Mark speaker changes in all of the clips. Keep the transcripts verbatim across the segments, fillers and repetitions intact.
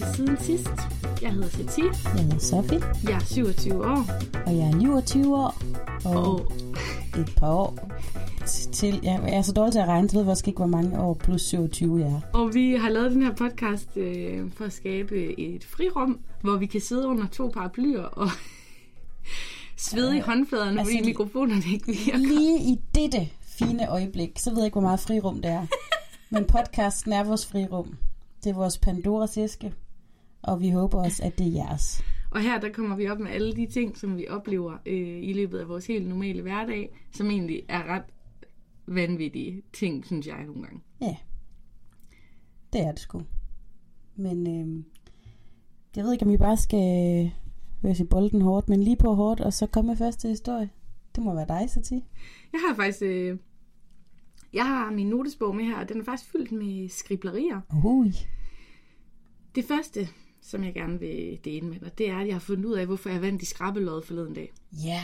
Speaker 1: til Siden Sidst. Jeg hedder Sati.
Speaker 2: Jeg hedder Sofie.
Speaker 1: Jeg er syvogtyve år.
Speaker 2: Og jeg er niogtyve år. Og
Speaker 1: oh.
Speaker 2: et par år til. Jeg er så dårlig til at regne, så ved jeg ikke, hvor mange år plus syvogtyve jeg er.
Speaker 1: Og vi har lavet den her podcast øh, for at skabe et frirum, hvor vi kan sidde under to paraplyer og svede i håndfladerne, altså, fordi mikrofonerne ikke virker.
Speaker 2: Lige i dette fine øjeblik, så ved jeg ikke, hvor meget frirum det er. Men podcasten er vores frirum. Det er vores Pandoras æske, og vi håber også, at det er jeres.
Speaker 1: Og her der kommer vi op med alle de ting, som vi oplever øh, i løbet af vores helt normale hverdag, som egentlig er ret vanvittige ting, synes jeg nogle gange.
Speaker 2: Ja, det er det sgu. Men øh, jeg ved ikke, om vi bare skal være i bolden hårdt, men lige på hårdt, og så komme med første historie. Det må være dig, Sati.
Speaker 1: Jeg har faktisk... Øh, jeg har min notesbog med her, og den er faktisk fyldt med skriblerier.
Speaker 2: Ui.
Speaker 1: Det første, som jeg gerne vil dele med dig, det er, at jeg har fundet ud af, hvorfor jeg vandt i skrabeloddet forleden dag.
Speaker 2: Ja.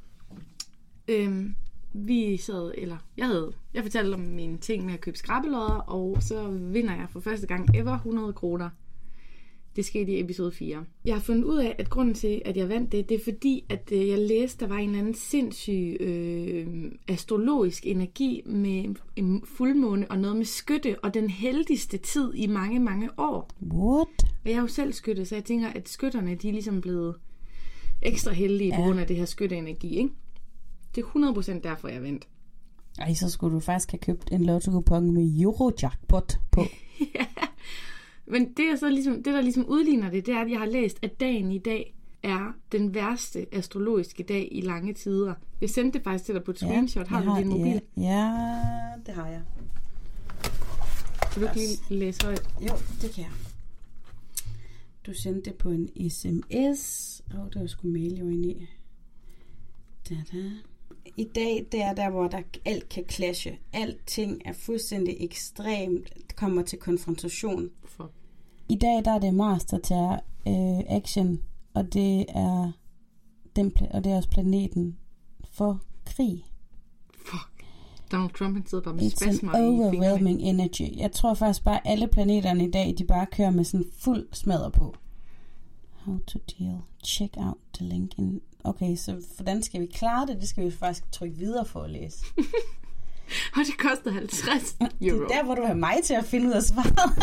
Speaker 1: Yeah. Øhm, vi sad, eller jeg havde, jeg fortalte om mine ting med at købe skrabelodder, og så vinder jeg for første gang ever hundrede kroner. Det skete i episode fire. Jeg har fundet ud af, at grunden til, at jeg vandt det, det er fordi, at jeg læste, der var en eller anden sindssyg øh, astrologisk energi med en fuldmåne og noget med skytte, og den heldigste tid i mange, mange år.
Speaker 2: What?
Speaker 1: Og jeg er jo selv skytte, så jeg tænker, at skytterne, de er ligesom blevet ekstra heldige ja. På grund af det her skytteenergi, ikke? Det er hundrede procent derfor, jeg vandt.
Speaker 2: Ej, så skulle du faktisk have købt en lotto-kupon med Eurojackpot på.
Speaker 1: Ja. Men det, er så ligesom, det, der ligesom udligner det, det er, at jeg har læst, at dagen i dag er den værste astrologiske dag i lange tider. Jeg sendte det faktisk til dig på et screenshot. Ja, har du
Speaker 2: har,
Speaker 1: din mobil?
Speaker 2: Ja, ja, det har jeg.
Speaker 1: Kan du ikke lige læse højt?
Speaker 2: Jo, det kan jeg. Du sendte det på en sms. Åh, oh, det var sgu mail jo inde i. Da-da. I dag, det er der, hvor der alt kan clashe. Alting er fuldstændig ekstremt, kommer til konfrontation.
Speaker 1: Fuck.
Speaker 2: I dag, der er det Mars, der tager øh, action, og det er den, og det er også planeten for krig.
Speaker 1: Fuck. Donald Trump, han sidder bare med
Speaker 2: It's
Speaker 1: spasmer
Speaker 2: an
Speaker 1: i
Speaker 2: overwhelming
Speaker 1: fingrene.
Speaker 2: energy. Jeg tror faktisk bare, alle planeterne i dag, de bare kører med sådan fuld smadder på. How to deal. Check out the link in. Okay, så hvordan skal vi klare det? Det skal vi faktisk trykke videre for at læse.
Speaker 1: Og det koster halvtreds euro.
Speaker 2: Det er der, hvor du har mig til at finde ud af svaret.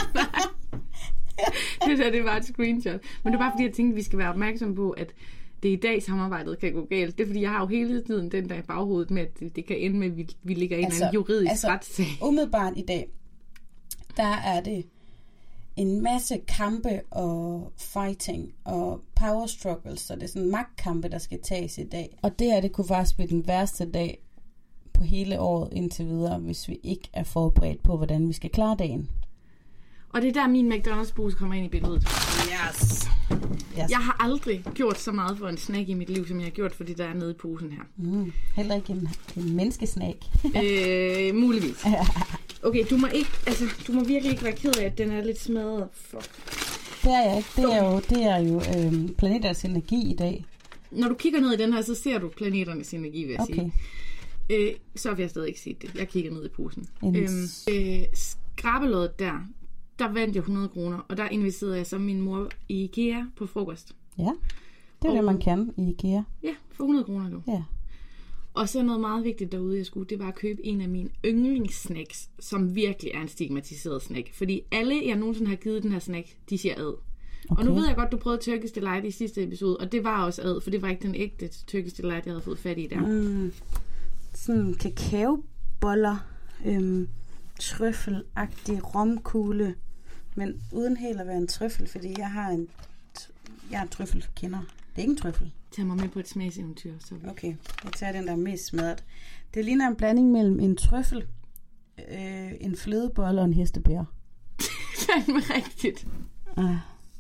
Speaker 1: Det der, det var et screenshot. Men det er bare fordi, jeg tænkte, at vi skal være opmærksom på, at det i dag samarbejdet kan gå galt. Det er fordi, jeg har jo hele tiden den der i baghovedet med, at det, det kan ende med, at vi, vi ligger i altså, en juridisk altså, retssag.
Speaker 2: Umiddelbart i dag, der er det en masse kampe og fighting og power struggles, så det er sådan magtkampe, der skal tages i dag. Og det her, det kunne faktisk blive den værste dag på hele året indtil videre, hvis vi ikke er forberedt på, hvordan vi skal klare dagen.
Speaker 1: Og det er der, min McDonald's-pose kommer ind i billedet.
Speaker 2: Yes. yes.
Speaker 1: Jeg har aldrig gjort så meget for en snack i mit liv, som jeg har gjort for det, der er nede i posen her.
Speaker 2: Mm, heller ikke en, en menneskesnack.
Speaker 1: øh, muligvis. Okay, du må, ikke, altså, du må virkelig ikke være ked af, at den er lidt smadret. Fuck.
Speaker 2: Det er jeg ikke. Det er jo, det er jo øhm, planeters energi i dag.
Speaker 1: Når du kigger ned i den her, så ser du planeternes energi, vil jeg
Speaker 2: okay.
Speaker 1: sige. Øh, så har jeg stadig ikke set det. Jeg kigger ned i posen.
Speaker 2: En...
Speaker 1: Øhm, øh, skrabeloddet der, der vandt jeg hundrede kroner, og der investerede jeg så min mor i IKEA på frokost.
Speaker 2: Ja, det er og... det, man kan i IKEA.
Speaker 1: Ja, for hundrede kroner nu.
Speaker 2: Ja.
Speaker 1: Og så noget meget vigtigt derude, jeg skulle, det var at købe en af mine yndlingssnacks, som virkelig er en stigmatiseret snack. Fordi alle, jeg nogensinde har givet den her snack, de siger ad. Okay. Og nu ved jeg godt, du prøvede Turkish Delight i sidste episode, og det var også ad, for det var ikke den ægte Turkish Delight, jeg havde fået fat i der. Mm.
Speaker 2: Sådan kakaoboller, øhm, trøffelagtig romkugle, men uden helt at være en trøffel, fordi jeg har en, jeg er en trøffelkender. Det er ikke en trøffel.
Speaker 1: Tag mig med på et smagseventyr. Så.
Speaker 2: Okay, jeg tager den, der er mest smadret. Det ligner en blanding mellem en trøffel, øh, en flødebolle og en hestebær.
Speaker 1: Det er rigtigt.
Speaker 2: Ah.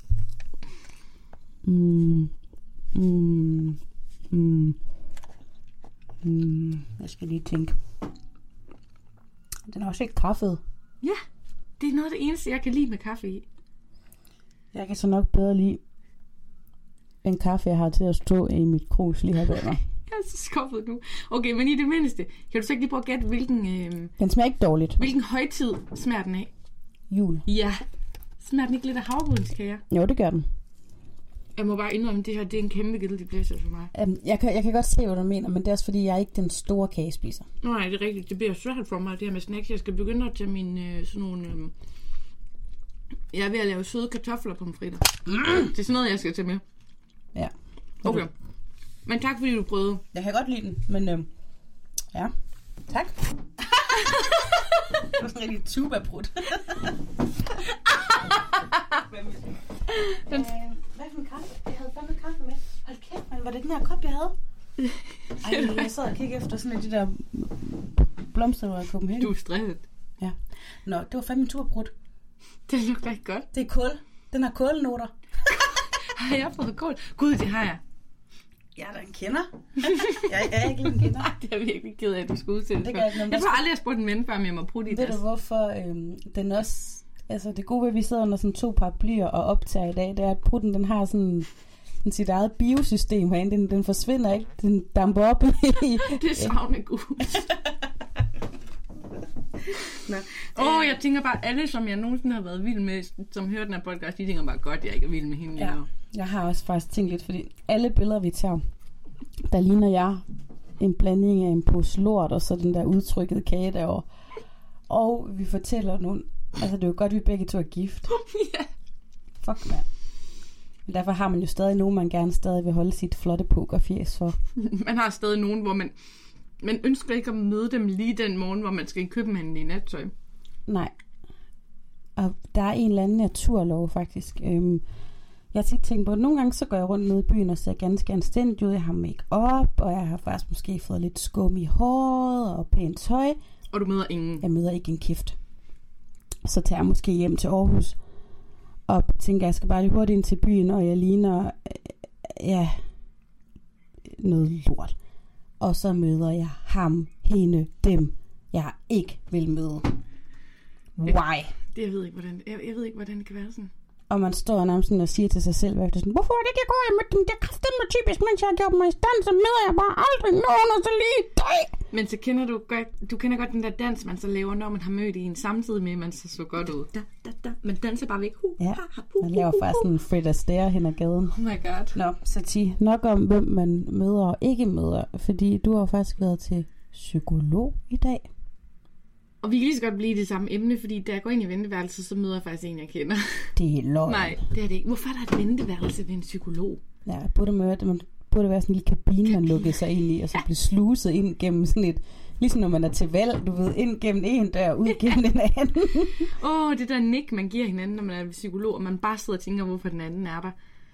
Speaker 2: Mm. Mm. Mm. Mm. Jeg skal lige tænke. Den er også ikke kaffet.
Speaker 1: Ja, det er noget af det eneste, jeg kan lide med kaffe i.
Speaker 2: Jeg kan så nok bedre lide en kaffe, jeg har til at stå i mit krus lige her bag mig.
Speaker 1: Jeg er så skuffet nu. Okay, men i det mindste, kan du så ikke lige prøve at gætte, hvilken... Øh,
Speaker 2: den smager ikke dårligt.
Speaker 1: Hvilken højtid smager den af?
Speaker 2: Jul.
Speaker 1: Ja, Smager den ikke lidt af havregrynskager?
Speaker 2: Jo, det gør den.
Speaker 1: Jeg må bare indrømme, det her det er en kæmpe guilty pleasure for mig.
Speaker 2: Um, jeg, kan, jeg kan godt se, hvad du mener, men det er også fordi, jeg er ikke den store kagespiser.
Speaker 1: Nej, det er rigtigt. Det bliver svært for mig, det her med snacks. Jeg skal begynde at tage mine øh, sådan nogle... Øh, jeg er ved at lave søde kartofler på pomfritter. Mm. Det er sådan noget, jeg skal tage med.
Speaker 2: Ja.
Speaker 1: Okay. Men tak, fordi du prøvede.
Speaker 2: Jeg kan godt lide den, men øh, ja. Tak. Det var sådan en rigtig tuba-brud. Den... Øh, hvad for en kaffe? Jeg havde fandme kaffe med. Hold kæft, man. Var det den her kop, jeg havde? Ej, jeg sad og kiggede efter sådan en af de der blomster, i Copenhagen.
Speaker 1: Du er stresset.
Speaker 2: Ja. Nå, det var fandme en tuba-brud.
Speaker 1: Det lugter ikke godt.
Speaker 2: Det er kål. Den har kålnoter.
Speaker 1: Har jeg fået kål? Gud, det har jeg.
Speaker 2: Jeg er da en kender. jeg, jeg er ikke lige en kender.
Speaker 1: Nej, det er virkelig ked af, at du skulle ud til det.
Speaker 2: Det jeg,
Speaker 1: jeg får aldrig have spurgt en ven, før jeg må prutte i det.
Speaker 2: Ved du hvorfor øhm, den også... Altså det gode ved, at vi sidder under sådan to paraplyer og optager i dag, det er, at prutten den har sådan, sådan sit eget biosystem herinde. Den, den forsvinder ikke. Den damper op i...
Speaker 1: Det savner Gud. Åh, oh, jeg tænker bare, alle, som jeg nogensinde har været vild med, som hører den her podcast, de tænker bare, godt, jeg ikke er vild med hende
Speaker 2: ja, jeg har også faktisk tænkt lidt, fordi alle billeder, vi tager, der ligner jeg en blanding af en pose lort, og så den der udtrykkede kage derovre. Og vi fortæller nogle, altså det er jo godt, vi begge to er gift.
Speaker 1: Ja.
Speaker 2: Fuck, man. Men derfor har man jo stadig nogen, man gerne stadig vil holde sit flotte pokerfjes for.
Speaker 1: Man har stadig nogen, hvor man... Man ønsker ikke at møde dem lige den morgen, hvor man skal i købmanden i nattøj.
Speaker 2: Nej. Og der er en eller anden naturlov, faktisk. Øhm, jeg har tit tænkt på, at nogle gange så går jeg rundt nede i byen og ser ganske anstændigt ud. Jeg har make-up, og jeg har faktisk måske fået lidt skum i håret og pænt tøj.
Speaker 1: Og du møder ingen?
Speaker 2: Jeg møder ikke en kæft. Så tager jeg måske hjem til Aarhus. Og tænker, jeg skal bare lige hurtigt ind til byen, og jeg ligner... Øh, ja... noget lort. Og så møder jeg ham, hende, dem, jeg ikke vil møde. Why?
Speaker 1: Det jeg ved ikke, hvordan jeg, jeg ved ikke, hvordan det kan være sådan.
Speaker 2: Og man står nærmest sådan og siger til sig selv, sådan, hvorfor er det ikke jeg går, jeg mødte dem? Det er kraftedeme typisk, mens jeg har gjort mig i stand, så møder jeg bare aldrig nogen, og så lige dig.
Speaker 1: Men så kender du godt, du kender godt den der dans, man så laver, når man har mødt en, samtidig med, at man så så godt ud. Da, da, da. Man danser bare væk. Uh,
Speaker 2: ja, man laver faktisk sådan en Fred Astaire hen ad gaden.
Speaker 1: Oh my god.
Speaker 2: Nå, så ti nok om, hvem man møder og ikke møder, fordi du har faktisk været til psykolog i dag.
Speaker 1: Og vi kan lige så godt blive det samme emne, fordi da jeg går ind i venteværelset, så møder jeg faktisk en, jeg kender.
Speaker 2: Det er løgn.
Speaker 1: Nej, det er det ikke. Hvorfor er der et venteværelse ved en psykolog?
Speaker 2: Ja, burde man, man burde være sådan en lille kabine, man lukkede sig ind i, og så ja. Blive sluset ind gennem sådan et, ligesom når man er til valg, du ved, ind gennem en dør, ud gennem den anden.
Speaker 1: Åh, oh, det der nik, man giver hinanden, når man er psykolog, og man bare sidder og tænker, hvorfor den anden er der.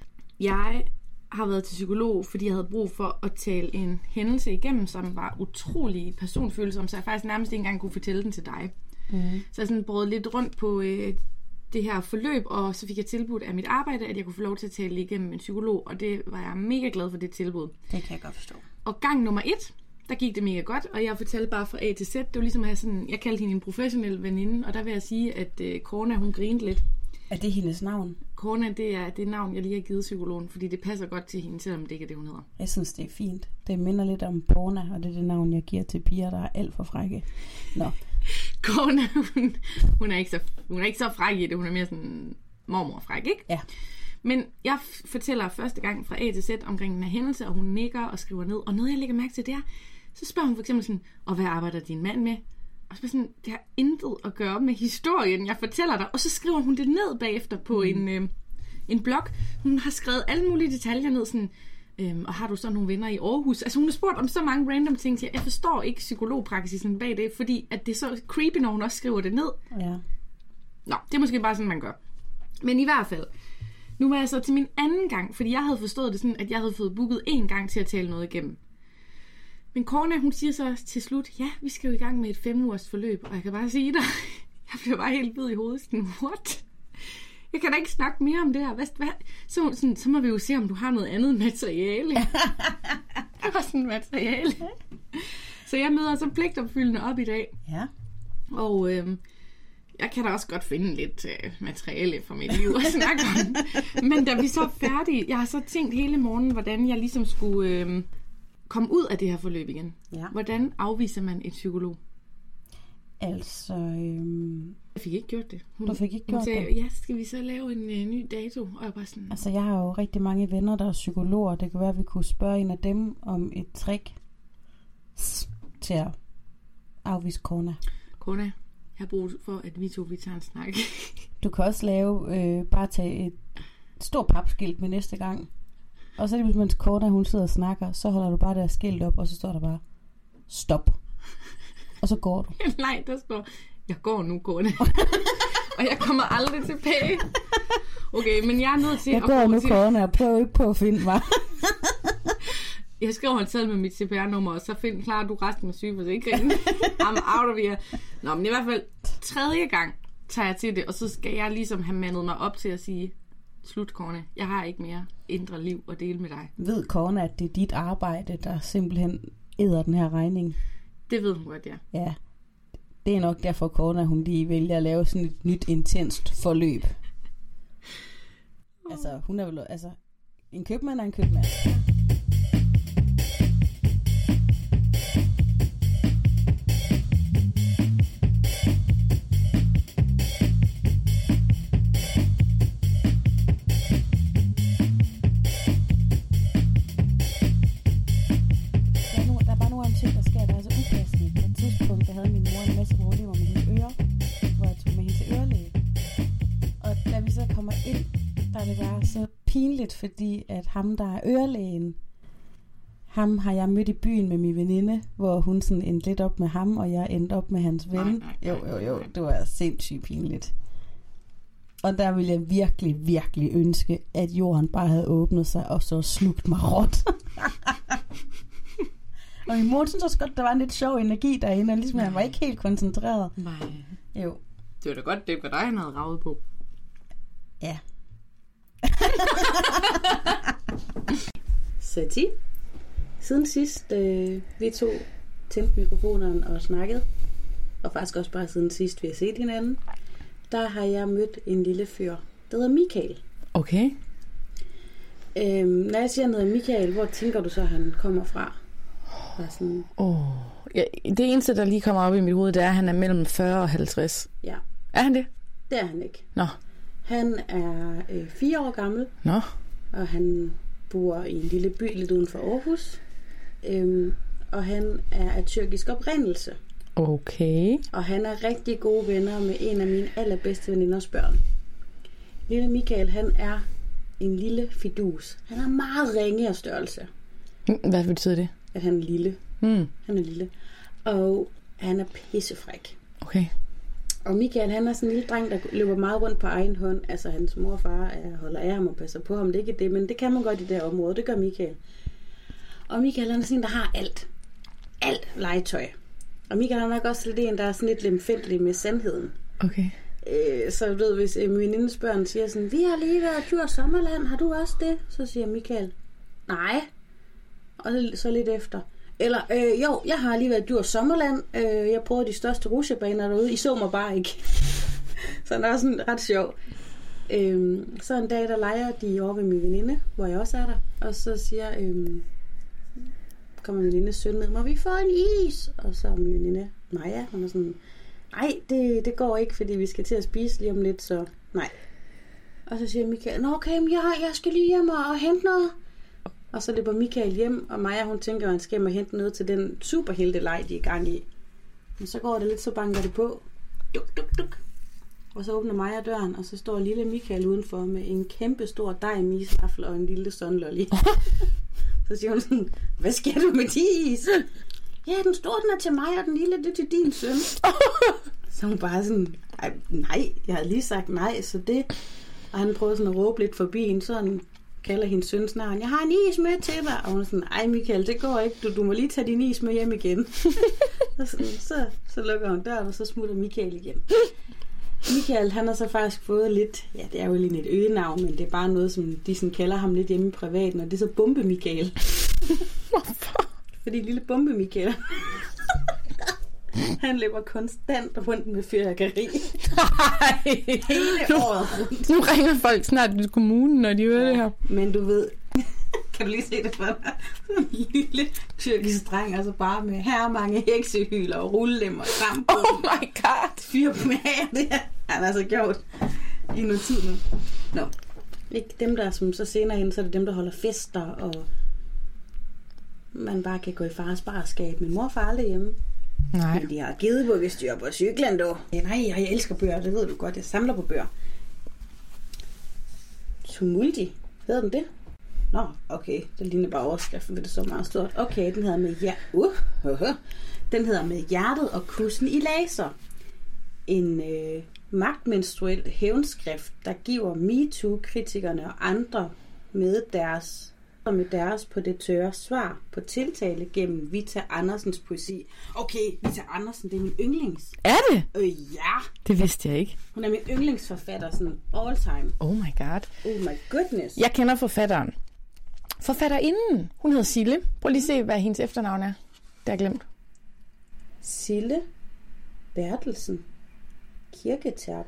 Speaker 1: Jeg har været til psykolog, fordi jeg havde brug for at tale en hændelse igennem, som var utrolig personfølsom, så jeg faktisk nærmest ikke engang kunne fortælle den til dig. Mm. Så jeg sådan brød lidt rundt på øh, det her forløb, og så fik jeg tilbudt af mit arbejde, at jeg kunne få lov til at tale igennem en psykolog, og det var jeg mega glad for, det tilbud.
Speaker 2: Det kan jeg godt forstå.
Speaker 1: Og gang nummer et, der gik det mega godt, og jeg fortalte bare fra A til Z. Det var ligesom at have sådan, jeg kaldte hende en professionel veninde, og der vil jeg sige, at øh, Corona, hun grinte lidt.
Speaker 2: Er det hendes navn?
Speaker 1: Corona, det er det navn, jeg lige har givet psykologen, fordi det passer godt til hende, selvom det ikke er det, hun hedder.
Speaker 2: Jeg synes, det er fint. Det minder lidt om Borna, og det er det navn, jeg giver til piger, der er alt for frække. Nå.
Speaker 1: Corona, hun, hun, er ikke så, hun er ikke så fræk i det, hun er mere sådan mormor-fræk, ikke?
Speaker 2: Ja.
Speaker 1: Men jeg fortæller første gang fra A til Z omkring den her hændelse, og hun nikker og skriver ned. Og noget, jeg lægger mærke til, det er, så spørger hun for eksempel sådan, og hvad arbejder din mand med? Og så sådan, det har intet at gøre med historien, jeg fortæller dig. Og så skriver hun det ned bagefter på mm. en, øh, en blog. Hun har skrevet alle mulige detaljer ned, sådan, øh, og har du så nogle venner i Aarhus? Altså hun har spurgt om så mange random ting, så jeg forstår ikke psykologpraksisen bag det, fordi at det er så creepy, når hun også skriver det ned.
Speaker 2: Ja.
Speaker 1: Nå, det er måske bare sådan, man gør. Men i hvert fald, nu var jeg så til min anden gang, fordi jeg havde forstået det sådan, at jeg havde fået booket en gang til at tale noget igennem. Men Corona, hun siger så til slut, ja, vi skal jo i gang med et fem ugers forløb, og jeg kan bare sige dig, jeg bliver bare helt hvid i hovedet, sådan, what? Jeg kan da ikke snakke mere om det her, hvad? hvad? Så, sådan, så må vi jo se, om du har noget andet materiale. Der var sådan materiale. Så jeg møder så pligtopfyldende op i dag.
Speaker 2: Ja.
Speaker 1: Og øhm, jeg kan da også godt finde lidt øh, materiale for mit liv at snakke om. Men da vi så er færdige, jeg har så tænkt hele morgenen, hvordan jeg ligesom skulle øh, komme ud af det her forløb igen.
Speaker 2: Ja.
Speaker 1: Hvordan afviser man et psykolog?
Speaker 2: Altså, øhm,
Speaker 1: Jeg fik ikke gjort det. Hun,
Speaker 2: du fik ikke
Speaker 1: hun
Speaker 2: gjort
Speaker 1: sagde,
Speaker 2: det?
Speaker 1: ja, skal vi så lave en øh, ny dato? Og jeg bare sådan,
Speaker 2: Altså, jeg har jo rigtig mange venner, der er psykologer. Det kan være, at vi kunne spørge en af dem om et trick til at afvise corona.
Speaker 1: Corona, jeg har brug for, at vi to vi tager en snak.
Speaker 2: Du kan også lave, øh, bare tage et stort papskilt med næste gang. Og så er det, mens corona, hun sidder og snakker, så holder du bare der skilt op, og så står der bare, stop. Og så går du.
Speaker 1: Nej, der står, jeg går nu, corona. Og jeg kommer aldrig tilbage. Okay, men jeg er nødt til
Speaker 2: jeg
Speaker 1: at...
Speaker 2: Jeg går nu,
Speaker 1: til...
Speaker 2: corona, og prøver ikke på at finde mig.
Speaker 1: Jeg skriver en selv med mit C P R-nummer, og så find, klarer du resten med sygeforsikringen. I'm out of here. Nå, men i hvert fald tredje gang tager jeg til det, og så skal jeg ligesom have mandet mig op til at sige, slut, corona. Jeg har ikke mere indre liv at dele med dig.
Speaker 2: Ved corona, at det er dit arbejde, der simpelthen æder den her regning?
Speaker 1: Det ved hun godt, ja.
Speaker 2: Ja. Det er nok derfor, corona, hun lige vælger at lave sådan et nyt, intenst forløb. Altså, hun er vel... Altså, en købmand er en købmand. Fordi at ham, der er ørelægen, ham har jeg mødt i byen med min veninde, hvor hun sådan endte lidt op med ham, og jeg endte op med hans ven. Nej, nej, jo, jo, jo, det var sindssygt pinligt. Og der ville jeg virkelig, virkelig ønske, at jorden bare havde åbnet sig, og så slugt mig råt. Og min mor synes også godt, der var en lidt sjov energi derinde, og ligesom han var ikke helt koncentreret.
Speaker 1: Nej.
Speaker 2: Jo.
Speaker 1: Det var da godt, det var dig, han havde ravet på.
Speaker 2: Ja.
Speaker 3: Sati. Siden sidst øh, vi to tændte mikrofonerne og snakkede, og faktisk også bare siden sidst vi har set hinanden, der har jeg mødt en lille fyr, der hedder Michael.
Speaker 1: Okay.
Speaker 3: Øhm, når jeg siger noget Michael, hvor tænker du så, at han kommer fra? Sådan...
Speaker 1: Oh. Ja, det eneste, der lige kommer op i mit hoved, det er, at han er mellem fyrre og halvtreds.
Speaker 3: Ja.
Speaker 1: Er han det?
Speaker 3: Det er han ikke.
Speaker 1: Nå.
Speaker 3: Han er øh, fire år gammel.
Speaker 1: Nå.
Speaker 3: Og han bor i en lille by lidt uden for Aarhus. Øhm, og han er af tyrkisk oprindelse.
Speaker 1: Okay.
Speaker 3: Og han er rigtig gode venner med en af mine allerbedste veninders børn. Lille Michael, han er en lille fidus. Han er meget ringe af størrelse.
Speaker 1: Hvad betyder det?
Speaker 3: At han er lille.
Speaker 1: Mm.
Speaker 3: Han er lille. Og han er pissefræk.
Speaker 1: Okay.
Speaker 3: Og Michael, han er sådan en lille dreng, der løber meget rundt på egen hånd. Altså, hans mor og far er, holder af ham og passer på ham. Det er ikke det, men det kan man godt i det her område. Det gør Michael. Og Michael, han er sådan en, der har alt. Alt legetøj. Og Michael, han er nok også lidt en, der er sådan lidt lemfældig med sandheden.
Speaker 1: Okay.
Speaker 3: Øh, så du ved, hvis øh, min venindes børn siger sådan, vi har lige været Djurs Sommerland, har du også det? Så siger Michael, nej. Og så lidt efter. Eller, øh, jo, jeg har lige været Djurs Sommerland. Øh, jeg prøvede de største rutsjebaner derude. I så mig bare ikke. Så det er også sådan ret sjov. Øh, så en dag, der leger de over ved min veninde, hvor jeg også er der. Og så siger, øh, kommer min venindes søn ned, må vi få en is? Og så min veninde, Maja, hun er sådan, nej, det, det går ikke, fordi vi skal til at spise lige om lidt, så nej. Og så siger Michael, nå okay, men jeg, jeg skal lige hjem og, og hente noget. Og så løber Michael hjem, og Maja, hun tænker, at han skal hjem og hente noget til den superhelteleg, de er i gang i. Men så går det lidt, så banker det på. Duk, duk, duk. Og så åbner Maja døren, og så står lille Michael udenfor med en kæmpe stor dejmisvaffel og en lille sunlolly. Så siger hun sådan, hvad sker du med de is? Ja, den store, den er til mig, og den lille, det er til din søn. Så hun bare sådan, nej, jeg havde lige sagt nej, så det... Og han prøvede sådan at råbe lidt forbi hende, så han kalder hendes søns navn. Jeg har en is med til dig. Og hun er sådan, ej Michael, det går ikke. Du, du må lige tage din is med hjem igen. Og sådan, så, så lukker hun døren, og så smutter Michael igen. Michael, han har så faktisk fået lidt, ja, det er jo lige et øgenavn, men det er bare noget, som de sådan kalder ham lidt hjemme i privaten, og det er så Bombe Michael.
Speaker 1: Hvorfor?
Speaker 3: Fordi lille Bombe Michael, han løber konstant rundt med fyrværkeri.
Speaker 1: Nej.
Speaker 3: Hele året rundt.
Speaker 1: Nu ringer folk snart til kommunen, når de hører ja, det her.
Speaker 3: Men du ved, kan du lige se det for dig? Sådan en lille tyrkisk dreng, altså bare med her mange heksehyler og rullemmer sammen på.
Speaker 1: Oh my god.
Speaker 3: Fyr på med det har han altså gjort i noget tid nu. Nå, ikke dem der, som så senere hen, så er det dem, der holder fester, og man bare kan gå i fars barskab. Min mor og far aldrig hjemme.
Speaker 1: Nej.
Speaker 3: Men de har givet vuggestyr på cyklen, du. Nej, jeg elsker bøger, det ved du godt. Jeg samler på bøger. Tumulti. Hedder den det? Nå, okay. Det ligner bare overskriften, det er så meget stort. Okay, den hedder med, ja- uh, uh, uh. Den hedder med hjertet og kussen i laser. En øh, magtmenstruel hævnskrift, der giver MeToo-kritikerne og andre med deres, med deres på det tørre svar på tiltale gennem Vita Andersens poesi. Okay, Vita Andersen, det er min yndlings.
Speaker 1: Er det?
Speaker 3: Øh, ja.
Speaker 1: Det vidste jeg ikke.
Speaker 3: Hun er min yndlingsforfatter, sådan all time.
Speaker 1: Oh my god.
Speaker 3: Oh my goodness.
Speaker 1: Jeg kender forfatteren. Forfatterinden. Hun hedder Sille. Prøv lige at se, hvad hendes efternavn er. Det har jeg glemt.
Speaker 3: Sille Bertelsen. Kirketerp.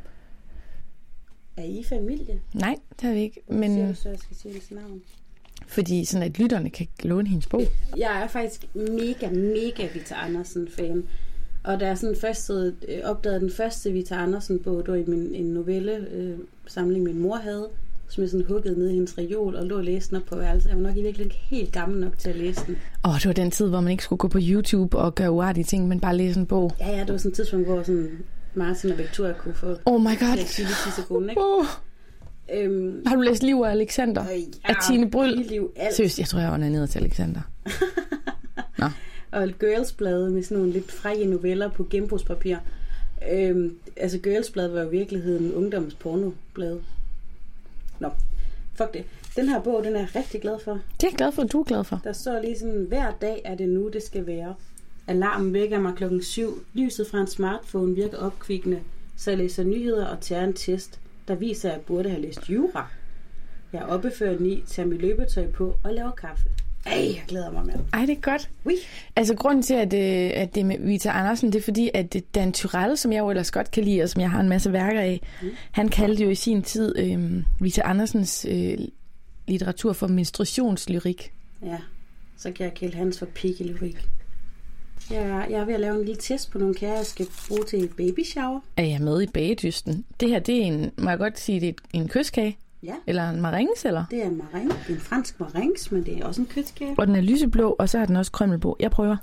Speaker 3: Er I familie?
Speaker 1: Nej, det har vi ikke.
Speaker 3: Men...
Speaker 1: Men
Speaker 3: Så jeg skal sige hendes navn.
Speaker 1: fordi sådan at lytterne kan låne hendes bog.
Speaker 3: Jeg er faktisk mega, mega Vita Andersen-fan. Og da jeg sådan først øh, opdagede den første Vita Andersen-bog, det var i min, en novelle-samling, øh, samling, min mor havde, som jeg sådan huggede ned i hendes reol og lå og læste den op på værelset. Jeg var nok i virkeligheden ikke helt gammel nok til at læse den.
Speaker 1: Åh, oh, det var den tid, hvor man ikke skulle gå på YouTube og gøre uartige ting, men bare læse en bog.
Speaker 3: Ja, ja, det var sådan et tidspunkt, hvor sådan Martin og Victoria kunne få
Speaker 1: Oh my god.
Speaker 3: til at sige det sekunder, ikke?
Speaker 1: Oh.
Speaker 3: Øhm,
Speaker 1: Har du læst Liv af Alexander?
Speaker 3: øh, ja,
Speaker 1: Af Tine Bryl?
Speaker 3: Liv, alt.
Speaker 1: Seriøst, jeg tror, jeg var ned til Alexander. Nå.
Speaker 3: Og Girls-bladet med sådan nogle lidt frække noveller på genbrugspapir. Øhm, altså Girls-bladet var jo i virkeligheden ungdommens pornoblad. Nå, fuck det. Den her bog, den er jeg rigtig glad for.
Speaker 1: Det er jeg glad for, at du er glad for.
Speaker 3: Der står lige sådan, hver dag er det nu, det skal være. Alarmen vækker mig klokken syv. Lyset fra en smartphone virker opkvikkende, så jeg læser nyheder og tager en test, der viser, at jeg burde have læst jura. Jeg er oppe før ni, tager mit løbetøj på og laver kaffe. Ej, jeg glæder mig med.
Speaker 1: Ej, det er godt.
Speaker 3: Oui.
Speaker 1: Altså, grunden til, at, øh, at det er med Vita Andersen, det er fordi, at Dan Turèll, som jeg jo ellers godt kan lide, og som jeg har en masse værker af, mm. han kaldte jo i sin tid øh, Vita Andersens øh, litteratur for menstruationslyrik.
Speaker 3: Ja, så kan jeg kalde hans for pikkelyrik. Jeg, jeg er ved at lave en lille test på nogle kager, jeg skal bruge til et baby shower.
Speaker 1: Er jeg med i bagedysten? Det her, det er en, må jeg godt sige, det er en kysskage?
Speaker 3: Ja.
Speaker 1: Eller en marengs, eller?
Speaker 3: Det er en marengs. Det er en fransk marengs, men det er også en kysskage.
Speaker 1: Og den er lyseblå, og så har den også krømmel på. Jeg prøver.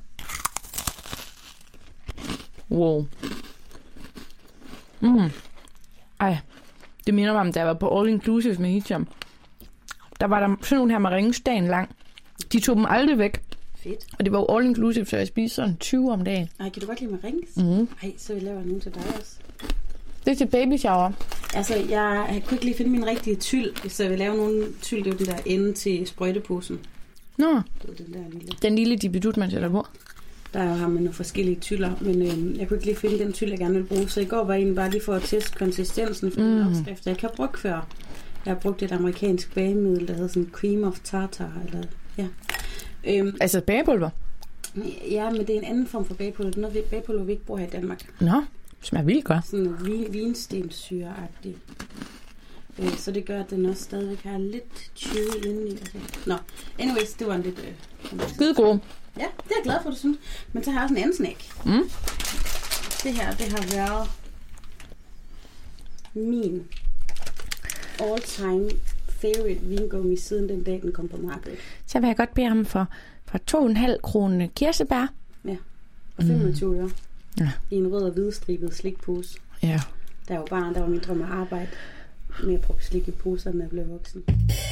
Speaker 1: Wow. Mm. Ej, det minder mig om, da jeg var på All Inclusive med Hitcham. Der var der sådan nogle her marengs dagen lang. De tog dem aldrig væk.
Speaker 3: Fedt.
Speaker 1: Og det var jo All Inclusive, så jeg spiste sådan tyve om dagen.
Speaker 3: Ej, kan du godt lide marengs?
Speaker 1: Mm.
Speaker 3: Ej, så vil jeg lave nogen til dig også.
Speaker 1: Det er til baby shower.
Speaker 3: Altså, jeg, jeg kunne ikke lige finde min rigtige tyld, så jeg vil lave nogle tyld. Det er jo den der ende til sprøjteposen.
Speaker 1: Nå,
Speaker 3: Det er den der lille.
Speaker 1: den lille dibidut, man sætter på.
Speaker 3: Der har man nogle forskellige tylder, men øh, jeg kunne ikke lige finde den tyld, jeg gerne vil bruge. Så i går var jeg egentlig bare lige for at teste konsistensen for mm. den opskrift, jeg kan bruge før. Jeg har brugt et amerikansk bagemiddel, der hedder sådan cream of tartar. Eller, ja. Øhm,
Speaker 1: Altså bagepulver?
Speaker 3: ja, men det er en anden form for bagepulver. Det er noget bagepulver, vi ikke bruger her i Danmark.
Speaker 1: Nå, smager vildt godt.
Speaker 3: Sådan noget vin, vinstenssyre-agtigt. Øh, så det gør, at den også stadigvæk har lidt chewy indeni. Altså. Nå, anyways, det var en lidt... Øh,
Speaker 1: Skide god.
Speaker 3: Ja, det er jeg glad for, du synes. Men så har jeg også en anden snack.
Speaker 1: Mm.
Speaker 3: Det her, det har været min all-time favorite vingummi siden den dag, den kom på markedet.
Speaker 1: Så vil jeg godt bede ham for, for to og en halv krone kirsebær.
Speaker 3: Ja, og femogtyve øre.
Speaker 1: Ja.
Speaker 3: I en rød og hvidstribet slikpose.
Speaker 1: Ja.
Speaker 3: Der var barn, der var min drøm at arbejde med at proppe slik i poser, når jeg blev voksen.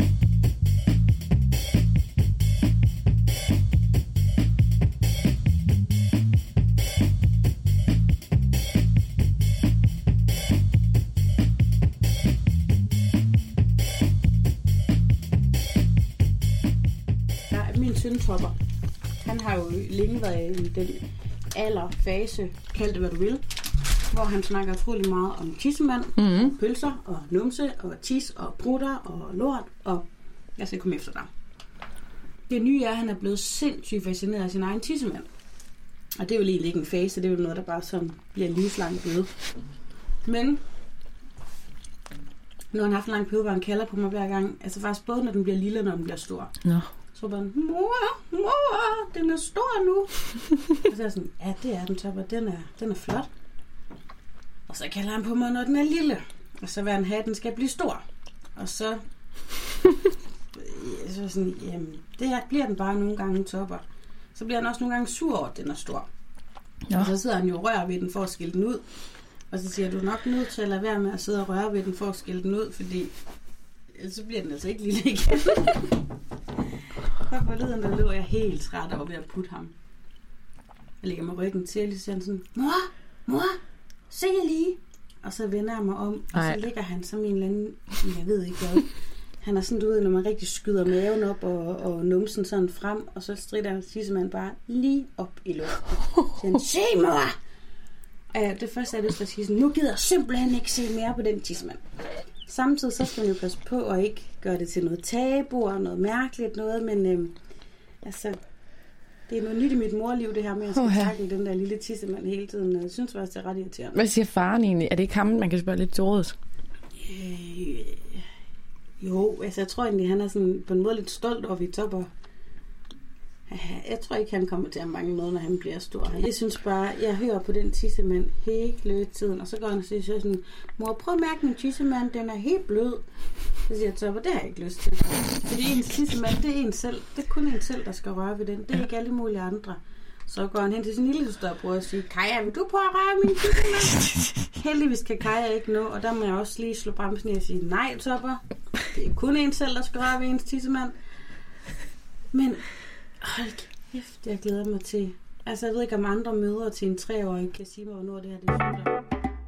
Speaker 3: Min syndtopper, han har jo længe været i den alderfase, kald det hvad du vil, hvor han snakker utrolig meget om tissemand, mm-hmm. pølser og numse og tis og prutter og lort, og jeg skal komme efter dig. Det nye er, at han er blevet sindssygt fascineret af sin egen tissemand. Og det er jo lige ikke en fase, det er jo noget, der bare sådan bliver livslangt ved. Men nu har han haft en lang periode, hvor han kalder på mig hver gang, altså faktisk både når den bliver lille og når den bliver stor.
Speaker 1: Nå.
Speaker 3: Så var han, mor, mor, den er stor nu. Og så er jeg sådan, ja, det er den, Topper, den er, den er flot. Og så kalder han på mig, når den er lille. Og så vil han have, at den skal blive stor. Og så, så sådan, jamen, det her bliver den bare nogle gange, Topper. Så bliver han også nogle gange sur over, at den er stor. Ja. Og så sidder han jo og rører ved den for at skille den ud. Og så siger du er nok nødt til at lade være med at sidde og røre ved den for at skille den ud, fordi så bliver den altså ikke lille igen. Så forleden, der løber jeg helt træt over ved at putte ham. Jeg lægger mig ryggen til, og så siger han sådan, mor, mor, se jeg lige. Og så vender jeg mig om, og Ej. så ligger han som en eller anden, jeg ved ikke hvad. Han er sådan, du ved, når man rigtig skyder maven op og, og numsen sådan frem, og så strider han tissemand bare lige op i luften. Så han, se mor! Uh, det første er det, at sige sådan, nu gider jeg simpelthen ikke se mere på den tissemand. Samtidig så skal man jo passe på og ikke gøre det til noget tabu og noget mærkeligt noget, men øhm, altså, det er noget nyt i mit morliv, det her med at skal okay. takle den der lille tissemand hele tiden. Jeg synes faktisk, det er ret irriterende.
Speaker 1: Hvad siger faren egentlig? Er det ikke ham, man kan spørge lidt til rådet?
Speaker 3: Øh, jo, altså jeg tror egentlig, han er sådan på en måde lidt stolt over, at vi topper. Jeg tror ikke, han kommer til at mangle noget, når han bliver stor. Jeg synes bare, jeg hører på den tissemand hele tiden, og så går han og siger sådan, mor, prøv at mærke min tissemand, den er helt blød. Så siger jeg, Topper, det har jeg ikke lyst til. Fordi ens tissemand, det er en selv. Det er kun en selv, der skal røre ved den. Det er ikke alle mulige andre. Så går han hen til sin lille søster og prøver at sige, Kaja, vil du prøve at røre min tissemand? Heldigvis kan Kaja ikke nå, og der må jeg også lige slå bremsen i og sige, nej, Topper, det er kun en selv, der skal røre ved ens tissemand. Men hold kæft, jeg glæder mig til. Altså, jeg ved ikke, om andre mødre til en treårig kan sige mig, hvornår det her det slutter.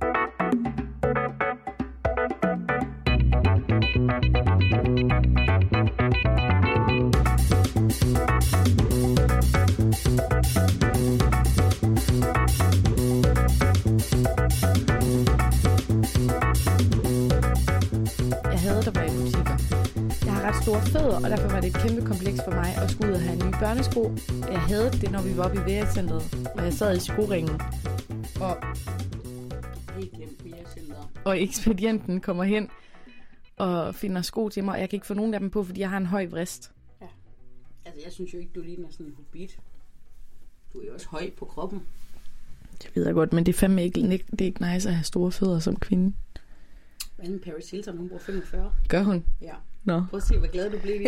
Speaker 1: Jeg hader at være i butikker. Jeg har ret store fødder, og derfor var det et kæmpe kompleks for mig at skulle ud og have nye børnesko. Jeg havde det, når vi var oppe i V R-centret, og jeg sad i skoringen. Og, og ekspedienten kommer hen og finder sko til mig, og jeg kan ikke få nogen af dem på, fordi jeg har en høj vrist.
Speaker 3: Ja. Altså, jeg synes jo ikke, du ligner sådan en hobbit. Du er jo også høj på kroppen.
Speaker 1: Det ved jeg godt, men det er fandme ikke, det er ikke nice at have store fødder som kvinde.
Speaker 3: Men Paris Hilton, hun bruger femogfyrre.
Speaker 1: Gør hun?
Speaker 3: Ja.
Speaker 1: Nå.
Speaker 3: Prøv at se, hvor glad du blev lige.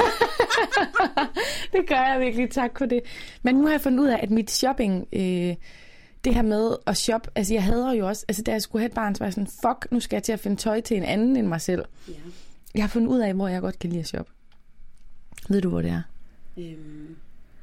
Speaker 1: Det gør jeg virkelig, tak for det. Men nu har jeg fundet ud af, at mit shopping, øh, det her med at shoppe, altså jeg hader jo også, altså da jeg skulle have et barn, så var jeg sådan, fuck, nu skal jeg til at finde tøj til en anden end mig selv. Ja. Jeg har fundet ud af, hvor jeg godt kan lide at shoppe. Ved du, hvor det er? Øhm,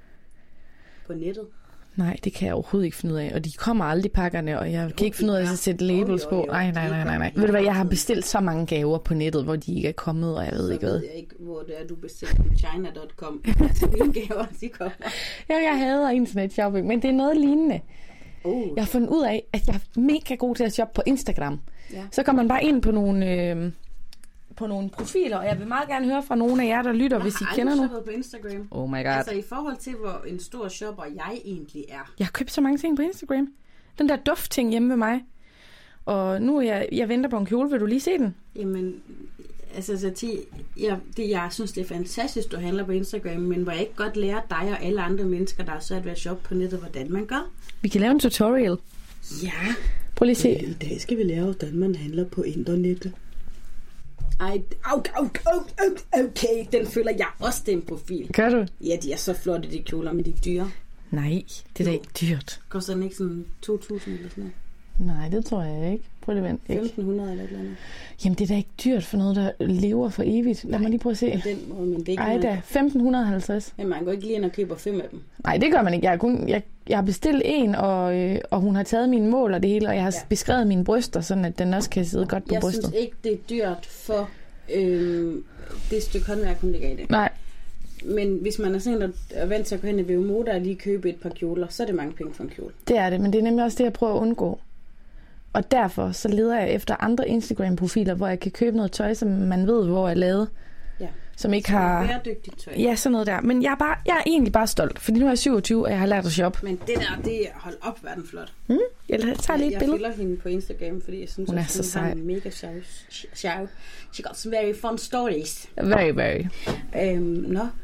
Speaker 3: på nettet?
Speaker 1: Nej, det kan jeg overhovedet ikke finde ud af. Og de kommer aldrig pakkerne, og jeg kan ikke finde ud af at sætte labels på. Nej, nej, nej, nej, nej. Ved du hvad, jeg har bestilt så mange gaver på nettet, hvor de ikke er kommet, og jeg ved ikke hvad.
Speaker 3: Jeg ved ikke, hvor det er, du bestilte på china punktum com. Altså, mine gaver, de kommer.
Speaker 1: Ja, jeg hader internetshopping, men det er noget lignende. Uh. Jeg har fundet ud af, at jeg er mega god til at shoppe på Instagram. Ja. Så kommer man bare ind på nogle... Øh, på nogle profiler, og jeg vil meget gerne høre fra nogle af jer, der lytter, jeg hvis I kender nogen. Jeg har
Speaker 3: aldrig shoppet på Instagram.
Speaker 1: Oh my god.
Speaker 3: Altså i forhold til, hvor en stor shopper jeg egentlig er.
Speaker 1: Jeg har købt så mange ting på Instagram. Den der duftting hjemme ved mig. Og nu er jeg, jeg venter på en kjole. Vil du lige se den?
Speaker 3: Jamen, altså, så til, jeg, det, jeg synes, det er fantastisk, du handler på Instagram, men hvor jeg ikke godt lære dig og alle andre mennesker, der er svært ved at shoppe på nettet, hvordan man gør.
Speaker 1: Vi kan lave en tutorial.
Speaker 3: Ja.
Speaker 1: Prøv lige at se.
Speaker 3: I dag skal vi lære, hvordan man handler på internettet. Ej, okay, okay, okay, den føler jeg også, den profil.
Speaker 1: Gør du?
Speaker 3: Ja, de er så flotte, de kjoler, men de er dyre.
Speaker 1: Nej, det er da ikke dyrt.
Speaker 3: Koster den ikke sådan to tusind eller sådan noget?
Speaker 1: Nej, det tror jeg ikke. Prøv lige vent.
Speaker 3: femten hundrede eller et eller andet.
Speaker 1: Jamen, det er da ikke dyrt for noget, der lever for evigt. Lad Nej, mig lige prøve at se.
Speaker 3: Den måde, men det er ikke
Speaker 1: Ej da, femten halvtreds.
Speaker 3: Men man går ikke lige ind og køber fem af dem.
Speaker 1: Nej, det gør man ikke. Jeg har, kun, jeg, jeg har bestilt en, og, øh, og hun har taget mine mål og det hele, og jeg har ja. beskrevet mine bryster, sådan at den også kan sidde godt på
Speaker 3: jeg
Speaker 1: brystet.
Speaker 3: Jeg synes ikke, det er dyrt for øh, det stykke håndværk, hun ligger i det.
Speaker 1: Nej.
Speaker 3: Men hvis man er sådan, der er vant til at gå hen i V M O og lige købe et par kjoler, så er det mange penge for en kjole.
Speaker 1: Det er det, men det er nemlig også det, jeg prøver at undgå. Og derfor så leder jeg efter andre Instagram-profiler, hvor jeg kan købe noget tøj, som man ved, hvor er lavet. Ja. Som ikke
Speaker 3: så
Speaker 1: har...
Speaker 3: bæredygtigt tøj.
Speaker 1: Ja, sådan noget der. Men jeg er, bare, jeg er egentlig bare stolt, fordi nu er jeg syvogtyve, og jeg har lært at shoppe.
Speaker 3: Men det der, det er hold op, hvad den flot.
Speaker 1: Mm? Jeg tager lige et
Speaker 3: jeg
Speaker 1: billede.
Speaker 3: Jeg følger hende på Instagram, fordi jeg synes,
Speaker 1: hun er
Speaker 3: at
Speaker 1: så
Speaker 3: hun har en mega sjov. She got some very fun stories.
Speaker 1: Very, very.
Speaker 3: Øhm, nå.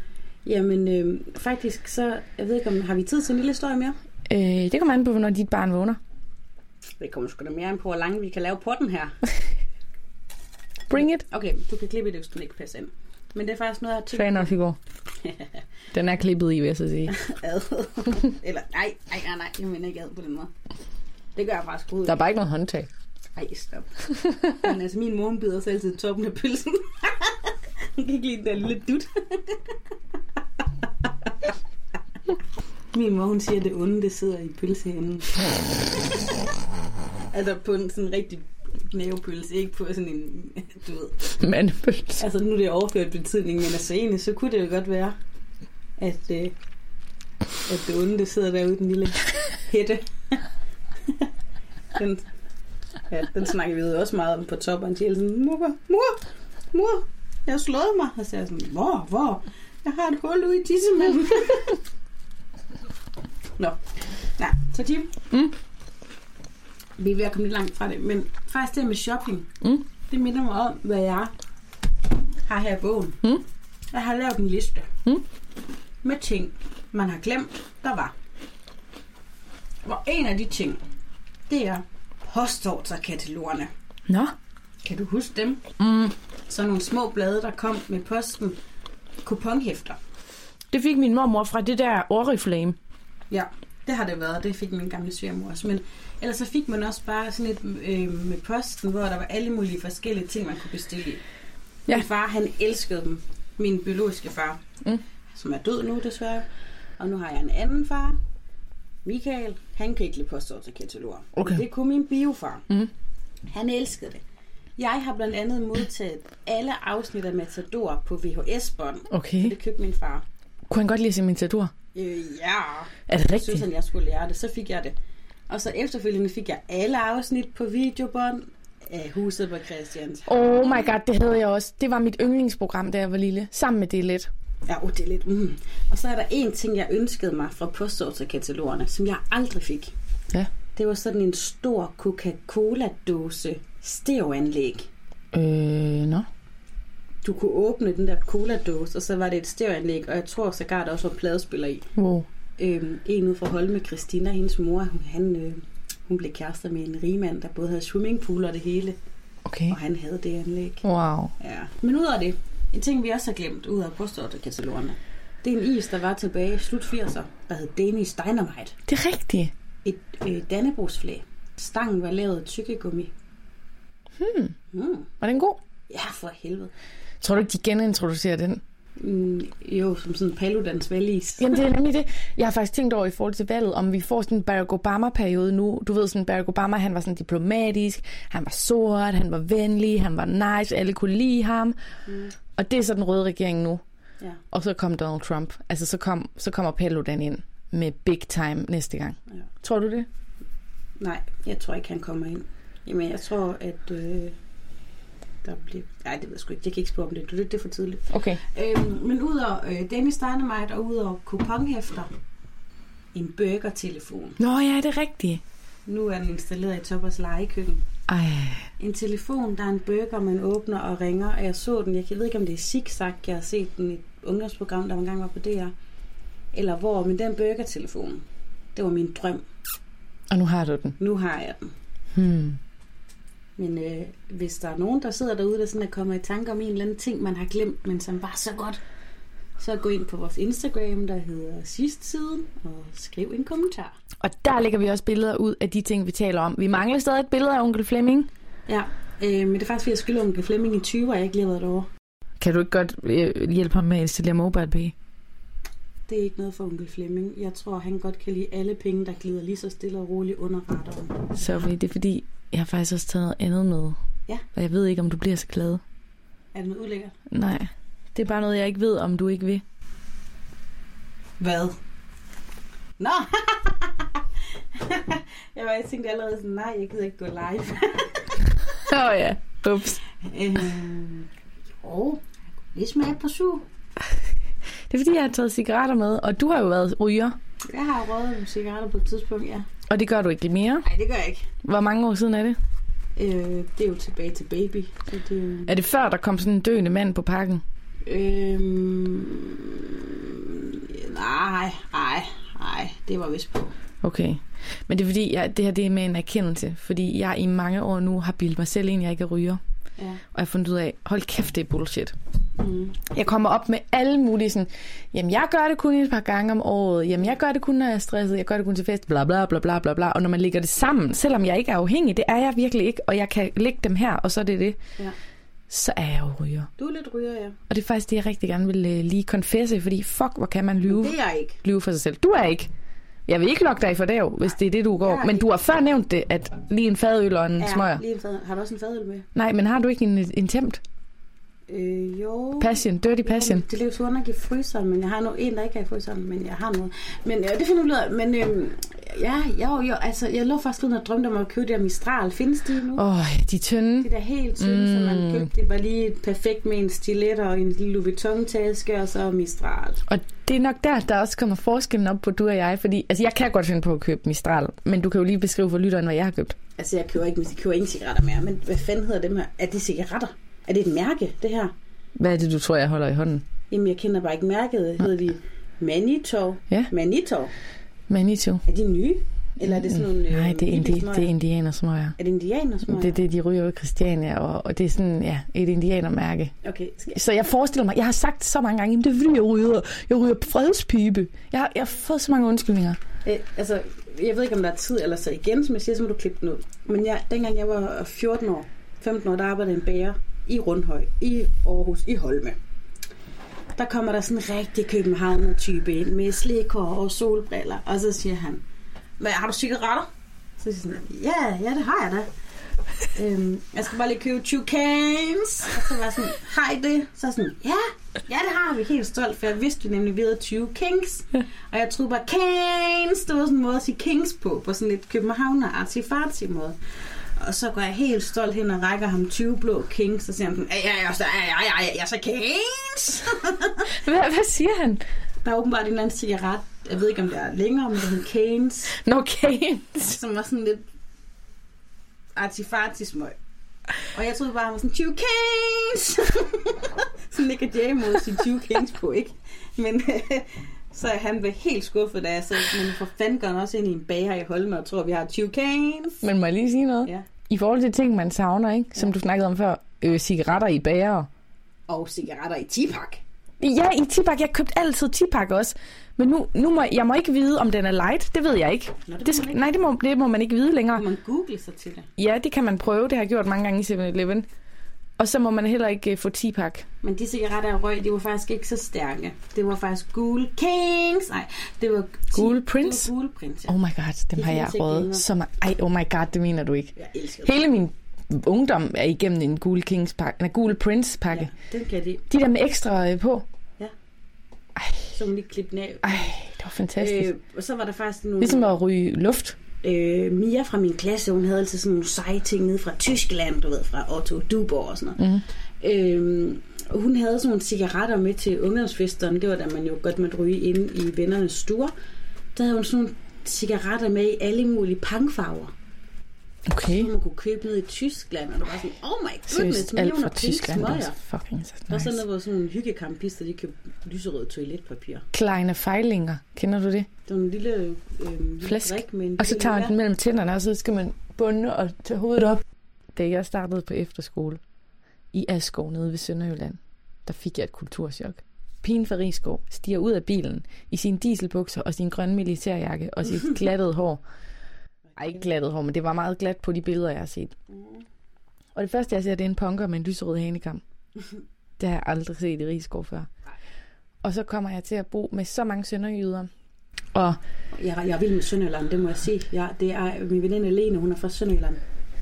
Speaker 3: Jamen, øh, faktisk så, jeg ved ikke om, har vi tid til en lille historie mere?
Speaker 1: Øh, det kommer an på, når dit barn vågner.
Speaker 3: Det kommer sgu da mere an på, hvor langt vi kan lave på den her.
Speaker 1: Bring it.
Speaker 3: Okay, du kan klippe det, hvis den ikke passer ind. Men det er faktisk noget, jeg tænker...
Speaker 1: Fair nok i går. Den er klippet i, vil jeg så sige.
Speaker 3: Eller, nej, nej, nej, nej, jeg mener ikke ad på den måde. Det gør jeg faktisk ud.
Speaker 1: Der er bare ikke noget håndtag.
Speaker 3: Ej, stop. Men altså, min mor bider sig altid toppen af pølsen. Hun kan ikke lide den der lille dut. Min mor, hun siger, at det onde, det sidder i pølseenden. Altså på en sådan rigtig nævepølse, ikke på sådan en, du ved.
Speaker 1: Mandepølse.
Speaker 3: Altså nu er det overført betydning, men altså egentlig, så kunne det jo godt være, at, øh, at det onde, det sidder derude, den lille hætte. den, ja, den snakker vi jo også meget om på toppen. Siger sådan, mor, mor, mor, jeg har slået mig. Og så siger jeg sådan, hvor, hvor? Jeg har et hul ude i tissemanden. Nå, ja, så Tim.
Speaker 1: Mm.
Speaker 3: Vi er ved at komme lidt langt fra det, men faktisk det med shopping,
Speaker 1: mm.
Speaker 3: det minder mig om, hvad jeg har her i bogen.
Speaker 1: Mm.
Speaker 3: Jeg har lavet en liste
Speaker 1: mm.
Speaker 3: med ting, man har glemt, der var. Og en af de ting, det er postordrekatalogerne.
Speaker 1: Nå.
Speaker 3: Kan du huske dem?
Speaker 1: Mm.
Speaker 3: Sådan nogle små blade, der kom med posten. Kuponhæfter.
Speaker 1: Det fik min mormor fra det der Oriflame.
Speaker 3: Ja, det har det været. Det fik min gamle svigermor også. Men ellers så fik man også bare sådan et øh, med posten, hvor der var alle mulige forskellige ting, man kunne bestille i. Ja. Min far, han elskede dem. Min biologiske far, mm. som er død nu desværre. Og nu har jeg en anden far, Michael. Han kan ikke lide postordrekataloger.
Speaker 1: Okay.
Speaker 3: Det kunne min biofar.
Speaker 1: Mm.
Speaker 3: Han elskede det. Jeg har blandt andet modtaget alle afsnit af Matador på V H S-bånd.
Speaker 1: Okay.
Speaker 3: Det købte min far.
Speaker 1: Kunne han godt lide at se Matador?
Speaker 3: Øh, ja.
Speaker 1: Er det rigtigt?
Speaker 3: Jeg synes, at jeg skulle lære det. Så fik jeg det. Og så efterfølgende fik jeg alle afsnit på videobånd af Huset på Christians.
Speaker 1: Oh my god, det havde jeg også. Det var mit yndlingsprogram, da jeg var lille. Sammen med det lidt.
Speaker 3: Ja, oh, det er lidt. Mm. Og så er der en ting, jeg ønskede mig fra postordrekatalogerne, som jeg aldrig fik.
Speaker 1: Ja.
Speaker 3: Det var sådan en stor Coca-Cola-dåse stereoanlæg.
Speaker 1: Øh, nå.
Speaker 3: Du kunne åbne den der cola-dåse, og så var det et stereoanlæg, og jeg tror sågar, der også var pladespiller i.
Speaker 1: Wow.
Speaker 3: Øhm, en ude fra Holme, Christina, hendes mor, han, øh, hun blev kærester med en rigmand, der både havde swimmingpool og det hele.
Speaker 1: Okay.
Speaker 3: Og han havde det anlæg.
Speaker 1: Wow.
Speaker 3: Ja. Men ud af det, en ting vi også har glemt, ud af postordrekatalogerne, det er en is, der var tilbage i slut firserne, der hed Danish Dynamite.
Speaker 1: Det er rigtigt.
Speaker 3: Et øh, dannebrogsflag. Stangen var lavet af tykkegummi.
Speaker 1: Hmm.
Speaker 3: Mm.
Speaker 1: Var den god?
Speaker 3: Ja, for helvede.
Speaker 1: Tror du ikke, de genintroducerer den?
Speaker 3: Mm, jo, som sådan en Paludans valis.
Speaker 1: Jamen, det er nemlig det. Jeg har faktisk tænkt over i forhold til valget, om vi får sådan en Barack Obama-periode nu. Du ved, sådan Barack Obama, han var sådan diplomatisk, han var sort, han var venlig, han var nice, alle kunne lide ham. Mm. Og det er så den røde regering nu.
Speaker 3: Ja.
Speaker 1: Og så kom Donald Trump. Altså, så, kom, så kommer Paludan ind med big time næste gang. Ja. Tror du det?
Speaker 3: Nej, jeg tror ikke, han kommer ind. Jamen, jeg tror, at... Øh der bliver... Nej, det ved jeg sgu ikke. Jeg kan ikke spørge om det. Det er for tidligt. Okay. Øhm, men ud af øh, Danish Dynamite og ud af kuponhæfter, en burgertelefon.
Speaker 1: Nå ja, det er rigtigt.
Speaker 3: Nu er den installeret i Toppers legekøkken.
Speaker 1: Ej.
Speaker 3: En telefon, der er en burger, man åbner og ringer. Og jeg så den. Jeg ved ikke, om det er Zigzag. Jeg har set den i et ungdomsprogram, der engang var på D R. Eller hvor. Men den burgertelefon, det var min drøm.
Speaker 1: Og nu har du den?
Speaker 3: Nu har jeg den.
Speaker 1: Hmm.
Speaker 3: Men øh, hvis der er nogen, der sidder derude, der sådan er kommet i tanke om en eller anden ting, man har glemt, men som var så godt, så gå ind på vores Instagram, der hedder Sidst-siden, og skriv en kommentar.
Speaker 1: Og der lægger vi også billeder ud af de ting, vi taler om. Vi mangler stadig et billede af onkel Flemming.
Speaker 3: Ja, øh, men det er faktisk, fordi jeg skylder onkel Flemming i tyve, og jeg ikke lige har været derovre.
Speaker 1: Kan du ikke godt øh, hjælpe ham med at installere MobilePay?
Speaker 3: Det er ikke noget for onkel Flemming. Jeg tror, han godt kan lide alle penge, der glider lige så stille og roligt under radaren.
Speaker 1: Så det er fordi... Jeg har faktisk også taget andet med.
Speaker 3: Ja.
Speaker 1: Og jeg ved ikke, om du bliver så glad.
Speaker 3: Er det noget ulækkert?
Speaker 1: Nej. Det er bare noget, jeg ikke ved, om du ikke vil.
Speaker 3: Hvad? Nå! jeg var jeg tænkte allerede sådan, nej, jeg gider ikke gå live.
Speaker 1: Åh oh, ja. Ups.
Speaker 3: Øh, jo, lige smage på suge.
Speaker 1: Det er fordi, jeg har taget cigaretter med, og du har jo været ryger.
Speaker 3: Jeg har røget nogle cigaretter på et tidspunkt, ja.
Speaker 1: Og det gør du ikke mere?
Speaker 3: Nej, det gør jeg ikke.
Speaker 1: Hvor mange år siden er det?
Speaker 3: Øh, det er jo tilbage til baby. Så det...
Speaker 1: Er det før, der kom sådan en døende mand på pakken?
Speaker 3: Øhm... Nej, nej, nej, det var vist på.
Speaker 1: Okay. Men det er fordi, jeg, det her det er med en erkendelse. Fordi jeg i mange år nu har bildet mig selv ind, jeg ikke ryger.
Speaker 3: Ja.
Speaker 1: Og jeg har fundet ud af, hold kæft, det er bullshit.
Speaker 3: Mm.
Speaker 1: Jeg kommer op med alle mulige sådan, jamen jeg gør det kun et par gange om året, jamen jeg gør det kun, når jeg er stresset, jeg gør det kun til fest, bla bla bla bla bla bla. Og når man lægger det sammen, selvom jeg ikke er afhængig, det er jeg virkelig ikke, og jeg kan lægge dem her, og så er det det,
Speaker 3: Ja.
Speaker 1: så er jeg jo ryger.
Speaker 3: Du er lidt ryger, ja.
Speaker 1: Og det er faktisk det, jeg rigtig gerne vil uh, lige konfesse, fordi fuck, hvor kan man lyve,
Speaker 3: Det er jeg ikke.
Speaker 1: lyve for sig selv. Du er ikke. Jeg vil ikke lokke dig for det, hvis det er det, du går. Men
Speaker 3: ikke.
Speaker 1: du har før nævnt det, at lige en fadøl og en
Speaker 3: Ja,
Speaker 1: smøger.
Speaker 3: lige en fad. Har du også en fadøl med?
Speaker 1: Nej, men har du ikke en, en temt?
Speaker 3: Øh, jo.
Speaker 1: Passion, dirty passion.
Speaker 3: Jo, det lever så nok i fryseren, men jeg har nu en, der ikke er i fryseren, men jeg har noget. Men ja, det finder vi ud af. Men øhm, ja, jo, jo, altså, jeg lå faktisk lidt og drømte om at købe det her Mistral. Findes de nu?
Speaker 1: Åh, oh, de tynde.
Speaker 3: Det der helt tynde, mm. som man købte, det var lige perfekt med en stilet og en lille Louis Vuitton-taske, og så Mistral.
Speaker 1: Og det er nok der, der også kommer forskellen op på du og jeg, fordi altså, jeg kan godt finde på at købe Mistral, men du kan jo lige beskrive for lytteren, hvad jeg har købt.
Speaker 3: Altså, jeg køber ikke, jeg køber ingen cigaretter mere, men hvad fanden hedder dem her? Er det cigaretter? Er det et mærke, det her?
Speaker 1: Hvad er det, du tror, jeg holder i hånden?
Speaker 3: Jamen, jeg kender bare ikke mærket. Hedder de Manito?
Speaker 1: Ja.
Speaker 3: Manito?
Speaker 1: Manito.
Speaker 3: Er de nye? Eller er det sådan nogle...
Speaker 1: Nej, det er, indi-
Speaker 3: smøger?
Speaker 1: det er indianersmøger.
Speaker 3: Er det indianersmøger?
Speaker 1: Det er det, de ryger i Christiania, og, og det er sådan, ja, et indianermærke.
Speaker 3: Okay. Skal...
Speaker 1: Så jeg forestiller mig, jeg har sagt så mange gange, det er fordi, jeg ryger, jeg ryger fredspibe. Jeg har, jeg har fået så mange undskyldninger.
Speaker 3: Æ, altså, jeg ved ikke, om der er tid, eller så igen, som jeg siger, så må du klippe den ud. Men jeg, dengang jeg var fjorten år, femten år, der arbejdede en bager i Rundhøj, i Aarhus, i Holme. Der kommer der sådan en rigtig københavner-type ind med slikhår og solbriller, og så siger han, hvad, har du cigaretter? Så siger jeg sådan, ja, ja, det har jeg da. øhm, jeg skal bare lige købe tyve cans. Og så var jeg sådan, har I det? Så sådan, ja, ja, det har vi, helt stolt, for jeg vidste jo nemlig, vi havde tyve kings. Og jeg troede bare, cans, det var sådan en måde at sige kings på, på sådan lidt københavner-artifarti måde. Og så går jeg helt stolt hen og rækker ham tyve blå kings, og siger han sådan, ja, ja, ja, ja, ja, ja, så kings.
Speaker 1: Hvad, hvad siger han?
Speaker 3: Der er åbenbart en eller anden cigaret, jeg ved ikke, om det er længere, men det hedder Canes.
Speaker 1: No Canes.
Speaker 3: Som var sådan lidt artifarti-smøg. Og jeg troede bare, han var sådan, tyve Canes! sådan ligger Jay mod sin tyve Canes på, ikke? Men så er han blevet helt skuffet, da jeg sagde, men for fanden går han også ind i en bager i Holme, og tror, vi har tyve Canes.
Speaker 1: Men må jeg lige sige noget?
Speaker 3: Ja.
Speaker 1: I forhold til ting, man savner, ikke? Som ja. Du snakkede om før, øh, cigaretter i bager.
Speaker 3: Og cigaretter i ti-pak.
Speaker 1: Ja, i ti-pak. Jeg købte altid ti-pak også. Men nu, nu må jeg må ikke vide, om den er light. Det ved jeg ikke.
Speaker 3: Nå, det
Speaker 1: det,
Speaker 3: ikke.
Speaker 1: Nej, det må, det må man ikke vide længere.
Speaker 3: Kan man google sig til det?
Speaker 1: Ja, det kan man prøve. Det har jeg gjort mange gange i seven eleven. Og så må man heller ikke uh, få ti-pak.
Speaker 3: Men de cigaretter, jeg røg, de var faktisk ikke så stærke. Det var faktisk Ghoul Kings. Nej, det var...
Speaker 1: Ghoul Prince?
Speaker 3: Det var Ghoul Prince, ja.
Speaker 1: Oh my god, dem
Speaker 3: det
Speaker 1: har jeg røget så meget. Ej, oh my god, det mener du ikke.
Speaker 3: Jeg elsker det.
Speaker 1: Hele min ungdom er igennem en Ghoul Kings pakke. En Ghoul Prince pakke.
Speaker 3: Ja, den kan jeg lide.
Speaker 1: De der med ekstra øh, på.
Speaker 3: Ja.
Speaker 1: Ej.
Speaker 3: Så man lige klippe af.
Speaker 1: Ej, det var fantastisk.
Speaker 3: Øh, og så var der faktisk nogle...
Speaker 1: Ligesom at ryge luft.
Speaker 3: Øh, Mia fra min klasse, hun havde altid sådan nogle seje ting nede fra Tyskland, du ved, fra Otto Duborg og sådan noget. Mm. Øh, hun havde sådan nogle cigaretter med til ungdomsfesterne. Det var da man jo godt måtte ryge inde i vennernes stuer. Der havde hun sådan nogle cigaretter med i alle mulige pangfarver.
Speaker 1: Okay.
Speaker 3: Som man kunne købe ned i Tyskland, og det var sådan, oh my goodness,
Speaker 1: Seriøst, alt fra Tyskland.
Speaker 3: smøger.
Speaker 1: Det er fucking så nice.
Speaker 3: Der var sådan noget, hvor sådan nogle hyggekampister, de købte lyserød toiletpapir.
Speaker 1: Kleine Feilinger, kender du det?
Speaker 3: Det var en lille, øh, lille
Speaker 1: flæsk,
Speaker 3: drik med en
Speaker 1: og så tager man den mellem tænderne, og så skal man bunde og tage hovedet op. Da jeg startede på efterskole i Askov nede ved Sønderjylland, der fik jeg et kulturschok. Pigen fra Rigskov stiger ud af bilen i sine dieselbukser og sin grønne militærjakke og sit glattede hår. Ej, ikke glattet hår, men det var meget glat på de billeder, jeg har set. Og det første, jeg ser, det er en punker med en lyserød hanekam. Det har jeg aldrig set i Rigskov før. Og så kommer jeg til at bo med så mange sønderjyder. Og
Speaker 3: jeg, jeg er vild med Sønderjylland, det må jeg sige. Ja, det er min veninde Lene, hun er fra Sønderjylland.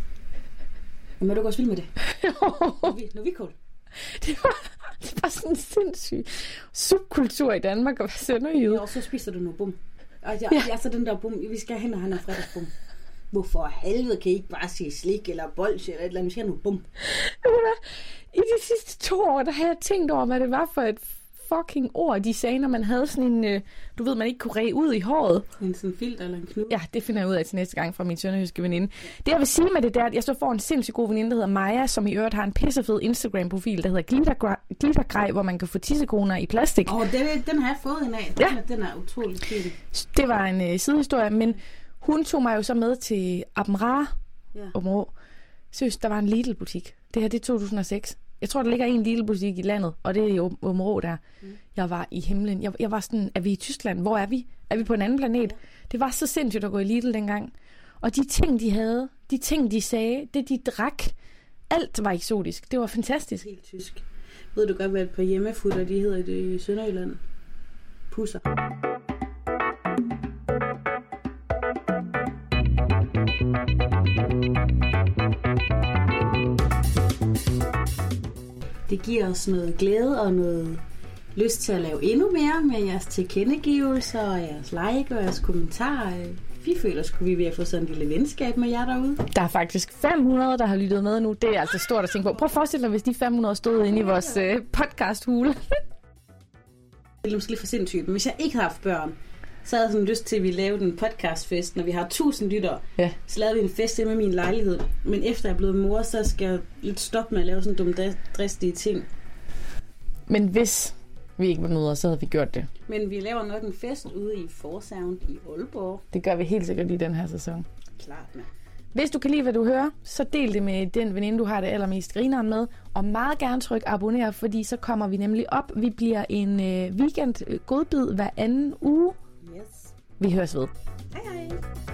Speaker 3: Men er du også vild med det? Når vi, når vi kål.
Speaker 1: Det var, det var sådan en sindssyg subkultur i Danmark at være sønderjyde.
Speaker 3: Ja, og så spiser du noget bum. Og jeg, ja. jeg så den der bum, vi skal hen og have noget fredagsbum. Hvorfor helvede kan I ikke bare sige slik eller bolsje eller et eller andet, vi skal have noget bum.
Speaker 1: I de sidste to år, der har jeg tænkt over, hvad det var for et fucking ord, de sagde, når man havde sådan en, øh, du ved, man ikke kunne ræge ud i håret.
Speaker 3: En sådan filter eller en knude.
Speaker 1: Ja, det finder jeg ud af til næste gang fra min sønderjyske veninde. Det jeg vil sige med det der, at jeg så får en sindssygt god veninde, der hedder Maja, som i øvrigt har en pissefed Instagram-profil, der hedder Glittergrej, Glittergrej, hvor man kan få tissekoner i plastik.
Speaker 3: Åh, oh, den, den har jeg fået en af.
Speaker 1: Ja.
Speaker 3: Den, den er utrolig fin.
Speaker 1: Det var en øh, sidehistorie, men hun tog mig jo så med til Abenra,
Speaker 3: Ja.
Speaker 1: Områ. Seriøst, der var en Lidl-butik. Det her, det er to tusind og seks. Jeg tror, der ligger en Lidl-butik i landet, og det er i Områ der. Mm. Jeg var i himlen. Jeg, jeg var sådan, er vi i Tyskland? Hvor er vi? Er vi på en anden planet? Ja. Det var så sindssygt at gå i Lidl dengang. Og de ting, de havde, de ting, de sagde, det de drak, alt var eksotisk. Det var fantastisk.
Speaker 3: Helt tysk. Ved du godt, hvad et par hjemmefutter, de hedder i Sønderjylland? Pusser. Det giver os noget glæde og noget lyst til at lave endnu mere med jeres tilkendegivelser og jeres like og jeres kommentarer. Vi føler sgu, vi er ved at få sådan en lille venskab med jer derude.
Speaker 1: Der er faktisk fem hundrede, der har lyttet med nu. Det er altså stort at tænke på. Prøv at forestille dig, hvis de fem hundrede stod inde i vores øh, podcast-hule.
Speaker 3: Det er måske lidt for sindssygt, men hvis jeg ikke havde haft børn, så havde jeg sådan lyst til, at vi lavede en podcastfest, når vi har tusind lyttere.
Speaker 1: Ja.
Speaker 3: Så lavede vi en fest hjemme i min lejlighed. Men efter jeg er blevet mor, så skal jeg lidt stoppe med at lave sådan dumme, dristige ting.
Speaker 1: Men hvis vi ikke var mødre, så havde vi gjort det.
Speaker 3: Men vi laver nok en fest ude i Forsound i Aalborg.
Speaker 1: Det gør vi helt sikkert i den her sæson.
Speaker 3: Klart, med.
Speaker 1: Hvis du kan lide, hvad du hører, så del det med den veninde, du har det allermest grineren med. Og meget gerne tryk abonner, fordi så kommer vi nemlig op. Vi bliver en øh, weekend godbid hver anden uge.
Speaker 3: Yes.
Speaker 1: Vi høres ved.
Speaker 3: Hej hej.